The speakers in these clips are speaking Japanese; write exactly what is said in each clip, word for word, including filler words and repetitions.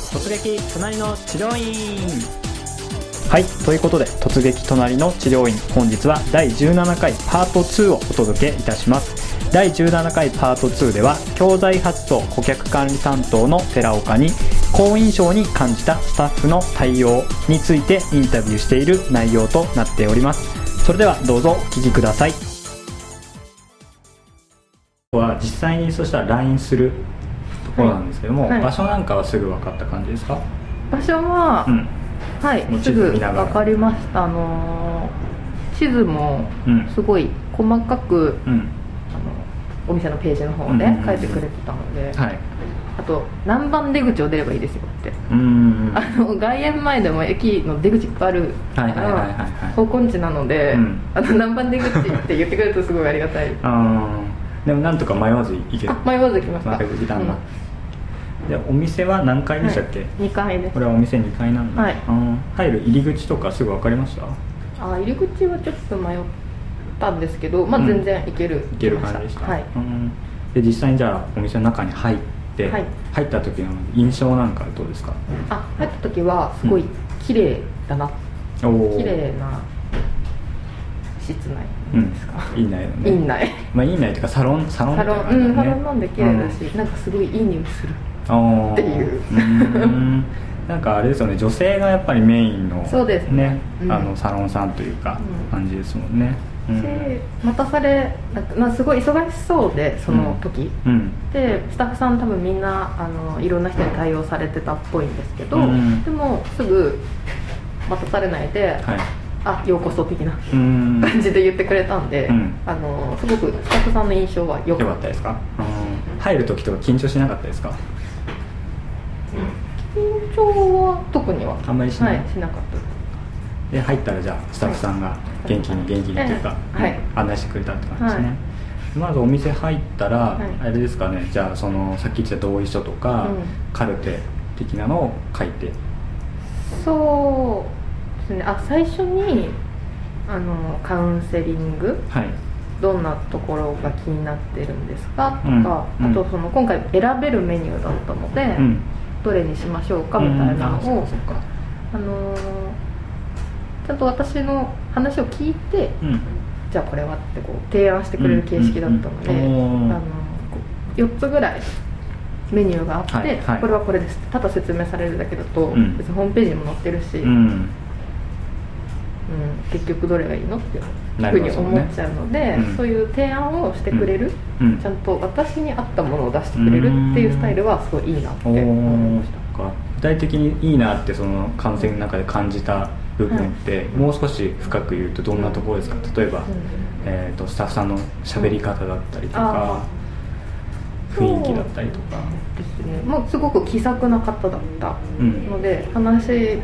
突撃隣の治療院。はい、ということで突撃隣の治療院、本日はだいじゅうななかいパートツーをお届けいたします。だいじゅうななかいパートツーでは教材発送顧客管理担当の寺岡に好印象に感じたスタッフの対応についてインタビューしている内容となっております。それではどうぞお聞きください。は実際にそしたら ライン するところなんですけども、はいはい、場所なんかはすぐ分かった感じですか？ 場所は、うん、はい、すぐ分かりました。あのー、地図もすごい細かく、うん、あのお店のページの方で書いてくれてたので、はい、あと何番出口を出ればいいですよって、うんうんうん、あの外苑前でも駅の出口いっぱいある方向地なので、うん、あの何番出口って言ってくれるとすごいありがたい。あでもなんとか迷わず行ける。 迷わず行きました。 迷わず行たんだ、うん、でお店は何階でしたっけ？はい、 にかいです。 これはお店にかいなんだ、はい、入る入り口とかすぐ分かりました？ あ入り口はちょっと迷ったんですけど、まあ、全然行ける、うん、 行ける感じでした、 はい、 うん、で実際にじゃあお店の中に入って、はい、入った時の印象なんかどうですか？ あ入った時はすごい綺麗だな、うん、綺麗な室内ですか、 うん、院内のね、 院内まあ院内というかサロンサロンみたいな感じだね。サロン、うん、サロンなんで綺麗だし、うん、なんかすごいいい匂いするっていううんなんかあれですよね、女性がやっぱりメインの、ね、 そうですね、 うん、あのサロンさんというか感じですもんね、 うん、で待たされなんか、まあ、すごい忙しそうでその時、うん、でスタッフさん多分みんなあのいろんな人に対応されてたっぽいんですけど、うん、でもすぐ待たされないで、はい、あようこそ的な感じで言ってくれたんで、うん、あのすごくスタッフさんの印象は良かったですか？ うん、入る時とか緊張しなかったですか？ 緊張は特にはあんまりしない、 はい、しなかったです。 で入ったらじゃあスタッフさんが元気に元気にというか、はい、案内してくれたって感じですね、はい、まずお店入ったら、はい、あれですかね、じゃあそのさっき言ってた同意書とか、うん、カルテ的なのを書いて。 そうですね、あ最初にあのカウンセリング、はい、どんなところが気になってるんですかとか、うん、あとその今回選べるメニューだったので、うん、どれにしましょうかみたいなのを、うん、あ, あのー、ちゃんと私の話を聞いて、うん、じゃあこれはってこう提案してくれる形式だったので、うんうんうん、あのよっつぐらいメニューがあって、はいはい、これはこれですただ説明されるだけだと、うん、別にホームページにも載ってるし、うんうん、結局どれがいいのっていうふうに思っちゃうので、ね、うん、そういう提案をしてくれる、うん、ちゃんと私に合ったものを出してくれるっていうスタイルはすごいいいなって思いました。 具体的にいいなってそのカウンセリングの中で感じた部分って、はい、もう少し深く言うとどんなところですか？例えば、うん、えーと、スタッフさんの喋り方だったりとか、うん、雰囲気だったりとかですね、もうすごく気さくな方だったので、うん、話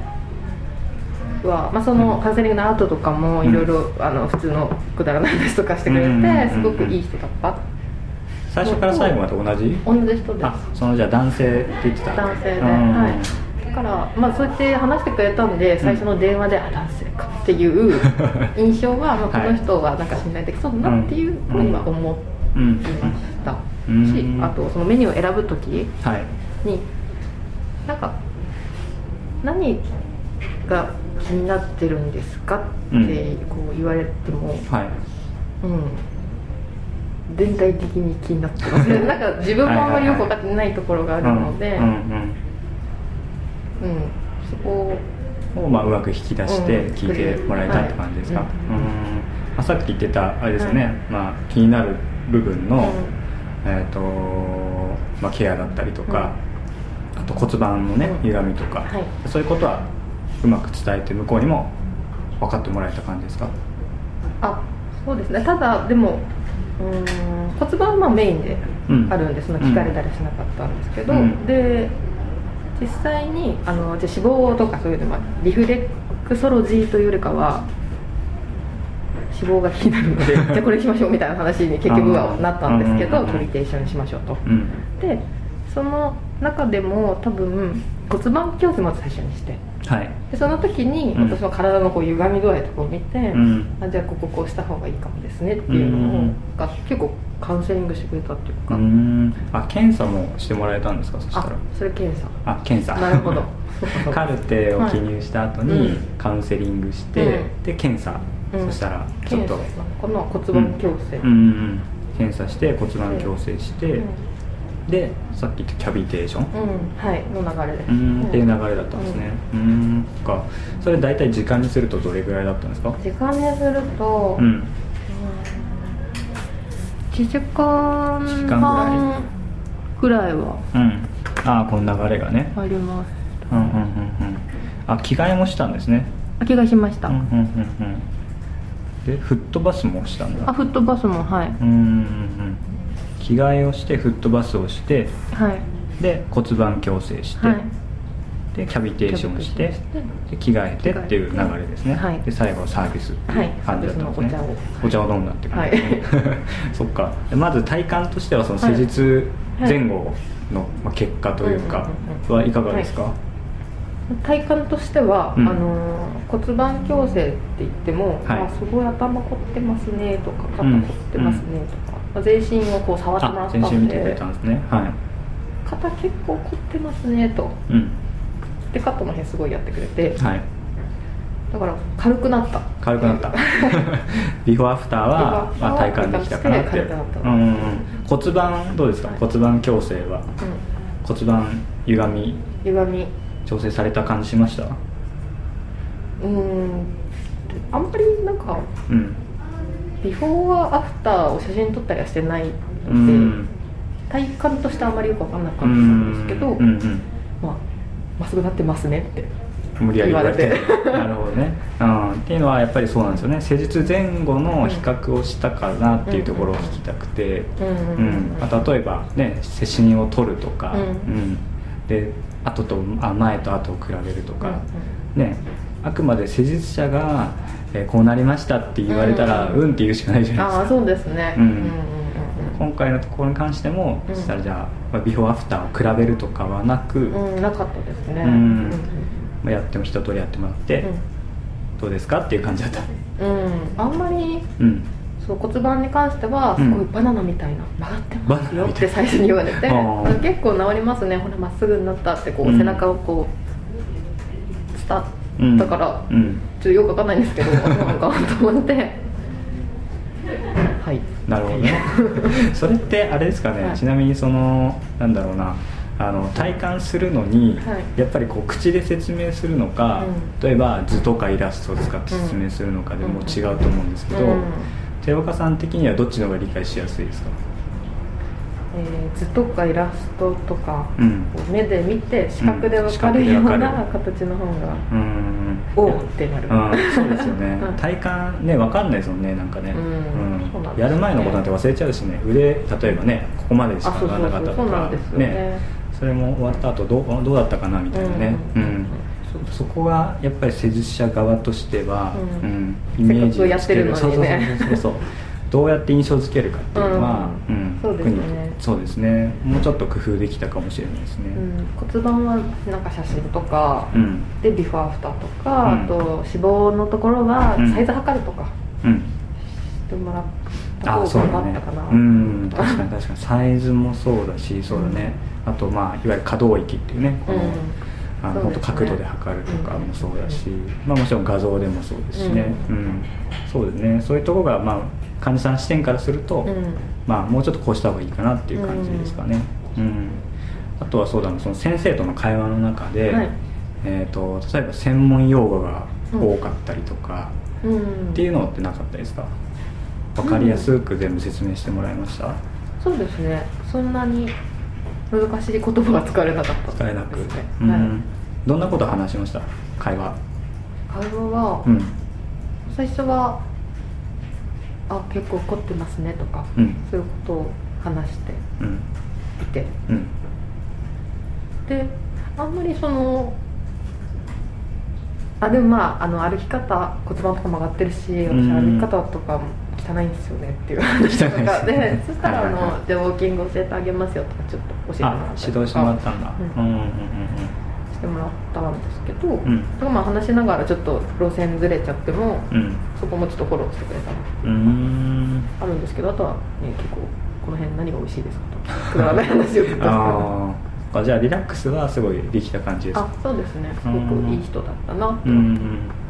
は、まあ、そのカウンセリングの後とかもいろいろ普通のくだらない話とかしてくれて、うん、すごくいい人だった。 最初から最後まで同じ？ 同じ人です。 あ、そのじゃあ男性って言ってた？ 男性で、はい、だから、まあ、そうやって話してくれたんで最初の電話で、うん、あ、男性かっていう印象は、まあ、この人はなんか信頼できそうだなっていうふうには思いました、うん、し、あとそのメニューを選ぶ時に、はい、なんか何が気になってるんですかってこう言われても、うん、はい、うん、全体的に気になってますねなんか自分もあんまりよく分かってないところがあるので、そこをまあうまく引き出して聞いてもらえたって感じですか？はい、うん、まあ、さっき言ってたあれですね、はい、まあ、気になる部分の、うん、えーとまあ、ケアだったりとか、うん、あと骨盤のね、うん、歪みとか、はい、そういうことはうまく伝えて向こうにも分かってもらえた感じですか？ あ、そうですね。ただでもうーん骨盤はまあメインであるんで、その聞かれたりしなかったんですけど、うん、で実際にあのじゃ脂肪とかそういうのはリフレクソロジーというよりかは脂肪が気になるのでじゃあこれしましょうみたいな話に結局はなったんですけど、トリテーションしましょうと、うん、でその中でも多分骨盤矯正まず最初にして、 はい、 でその時に私の体のこう歪み具合とかを見て、うん、あじゃあこここうした方がいいかもですねっていうのをが結構カウンセリングしてくれたっていうか。 うーんあ検査もしてもらえたんですか？そしたら。 あそれ検査。 あ検査。 なるほど。 カルテを記入した後にカウンセリングして、うん、で検査、うん、そしたらちょっとこの骨盤矯正、 うんうんうん、検査して骨盤矯正して、うん、でさっき言ったキャビテーション、 うんはい、の流れです。 うんっていう流れだったんですね。うん、うんかそれ大体時間にするとどれぐらいだったんですか？ 時間にすると、うん、いちじかんはんぐらいは、 うん、ああこの流れがねあります。 うんうんうんうん、あ着替えもしたんですね。 着替えしました。うんうんうんうん、 でフットバスもしたんだ。 あフットバスもはい。うんうんうん着替えをしてフットバスをして、 はい、 で骨盤矯正して、はい、でキャビテーションしてで着替えてっていう流れですね、はい、で最後はサービスっていう感じだったんですね、はい、お茶を飲んだって感じですね、はい、そっかまず体感としてはその施術前後の結果というかはいかがですか？ 体感としては、うん、あの骨盤矯正って言っても、はい、あすごい頭凝ってますねとか肩凝ってますねとか、うん、全身をこう触ってもらったんで、 全身見てくれたんですね、はい、 肩結構凝ってますねと、うん、で肩の辺すごいやってくれて、はい、だから軽くなった軽くなったビフォーアフターは、まあ、体感できたかなって、うんうん、骨盤どうですか、はい、骨盤矯正は、うん、骨盤歪み歪み調整された感じしました？うーんあんまりなんか、うん、ビフォーアフターを写真撮ったりはしてないので、うん、体感としてあんまりよく分かんなかったんですけど、うんうん、まあまっすぐなってますねって無理やり言われてなるほどね、うん、っていうのはやっぱりそうなんですよね。施術前後の比較をしたかなっていうところを聞きたくて、例えばね施診を取るとか、うんうん、で後とあ前と後を比べるとか、うんうん、ねあくまで施術者が、えー、こうなりましたって言われたら、うん、うん、って言うしかないじゃないですか。 あそうですね、うんうんうんうん、 今回のところに関しても、うん、したらじゃあビフォーアフターを比べるとかはなく、 うん、なかったですね、うんうんまあ、やっても一通りやってもらって、うん、どうですかっていう感じだった。 うんあんまり、うんそう骨盤に関してはすごいバナナみたいな、うん、曲がってますよって最初に言われて結構治りますねほらまっすぐになったってこう、うん、背中をこう伝ったから、うん、ちょっとよくわかんないんですけどなんかと思ってはいなるほどねそれってあれですかね、はい、ちなみにそのなんだろうなあの体感するのに、はい、やっぱりこう口で説明するのか、うん、例えば図とかイラストを使って説明するのかでも違うと思うんですけど、うんうん寺岡さん的にはどっちの方が理解しやすいですか？ えー、図とかイラストとか、うん、目で見て視覚で分かるような形の方が、うん、おーってなる、 うん、そうですよね体感ね分かんないですもんねなんかね、うんうん、やる前のことなんて忘れちゃうしね腕例えばねここまでしか上がらなかったとかねそれも終わった後どう、どうだったかなみたいなね、うんうんそこがやっぱり施術者側としては、うんうん、イメージをつける、そうそうそうそうどうやって印象づけるかっていうのは、うんうん、そうですね。そうですね。もうちょっと工夫できたかもしれないですね。うん、 骨盤はなんか写真とか、うん、でビフォーアフターとか、うん、あと脂肪のところはサイズ測るとか、うん、してもらった方が良かったかな。 うん、確かに確かにサイズもそうだし、そうだね。あとまあいわゆる可動域っていうね。このあの、ね、角度で測るとかもそうだし、うん、まあ、もちろん画像でもそうですしね、うんうん、そうですね。そういうところが、まあ、患者さん視点からすると、うん、まあ、もうちょっとこうした方がいいかなっていう感じですかね、うんうん、あとはそうだな、その先生との会話の中で、はい、えーと、例えば専門用語が多かったりとか、うん、っていうのってなかったですか？分かりやすく全部説明してもらいました？ そうですね。そんなに難しい言葉が使われなかったですね。 使えなく、うん、はい、どんなこと話しました？会話会話は、うん、最初はあ結構怒ってますねとか、うん、そういうことを話していて、うん、であんまりそのあでもまあ、あの歩き方骨盤とか曲がってるし、私歩き方とか汚いんですよねっていう話とかでそしたらあのじゃあウォーキング教えてあげますよとかちょっと教えてもらったりとか指導してもらったんだ、うんうんうんうん、 してもらったんですけど、うん、まあ話しながらちょっと路線ずれちゃっても、うん、そこもちょっとフォローしてくれたりあるんですけど、あとは、ね、結構この辺何が美味しいですかとくだらない話を聞いたああ、じゃあリラックスはすごいできた感じですか？ あ、そうですね、すごくいい人だったなって思って。